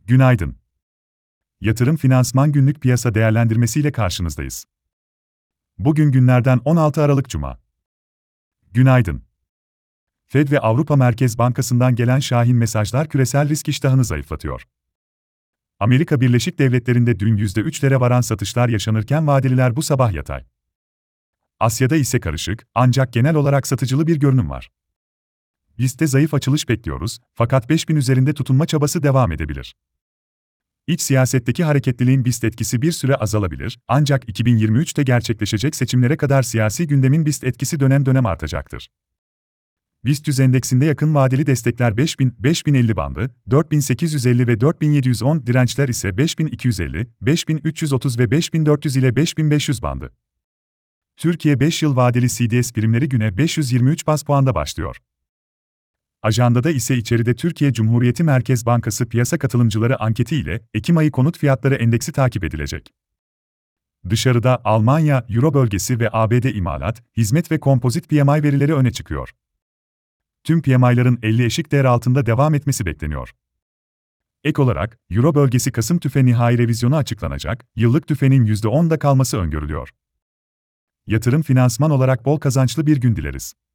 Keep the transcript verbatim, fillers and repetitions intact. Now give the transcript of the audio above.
Günaydın. Yatırım Finansman Günlük Piyasa Değerlendirmesi ile karşınızdayız. Bugün günlerden on altı Aralık Cuma. Günaydın. Fed ve Avrupa Merkez Bankası'ndan gelen şahin mesajlar küresel risk iştahını zayıflatıyor. Amerika Birleşik Devletleri'nde dün yüzde üçlere varan satışlar yaşanırken vadeliler bu sabah yatay. Asya'da ise karışık, ancak genel olarak satıcılı bir görünüm var. B I S T'te zayıf açılış bekliyoruz, fakat beş bin üzerinde tutunma çabası devam edebilir. İç siyasetteki hareketliliğin B I S T etkisi bir süre azalabilir, ancak iki bin yirmi üçte gerçekleşecek seçimlere kadar siyasi gündemin B I S T etkisi dönem dönem artacaktır. B I S T yüz endeksinde yakın vadeli destekler beş bin - beş bin elli bandı, dört bin sekiz yüz elli ve dört bin yedi yüz on, dirençler ise beş bin iki yüz elli, beş bin üç yüz otuz ve beş bin dört yüz ile beş bin beş yüz bandı. Türkiye beş yıl vadeli C D S primleri güne beş yüz yirmi üç baz puanda başlıyor. Ajandada ise içeride Türkiye Cumhuriyeti Merkez Bankası piyasa katılımcıları anketi ile Ekim ayı konut fiyatları endeksi takip edilecek. Dışarıda Almanya, Euro bölgesi ve A B D imalat, hizmet ve kompozit P M I verileri öne çıkıyor. Tüm P M I'ların elli eşik değer altında devam etmesi bekleniyor. Ek olarak, Euro bölgesi Kasım tüfe nihai revizyonu açıklanacak, yıllık tüfenin yüzde onda kalması öngörülüyor. Yatırım finansman olarak bol kazançlı bir gün dileriz.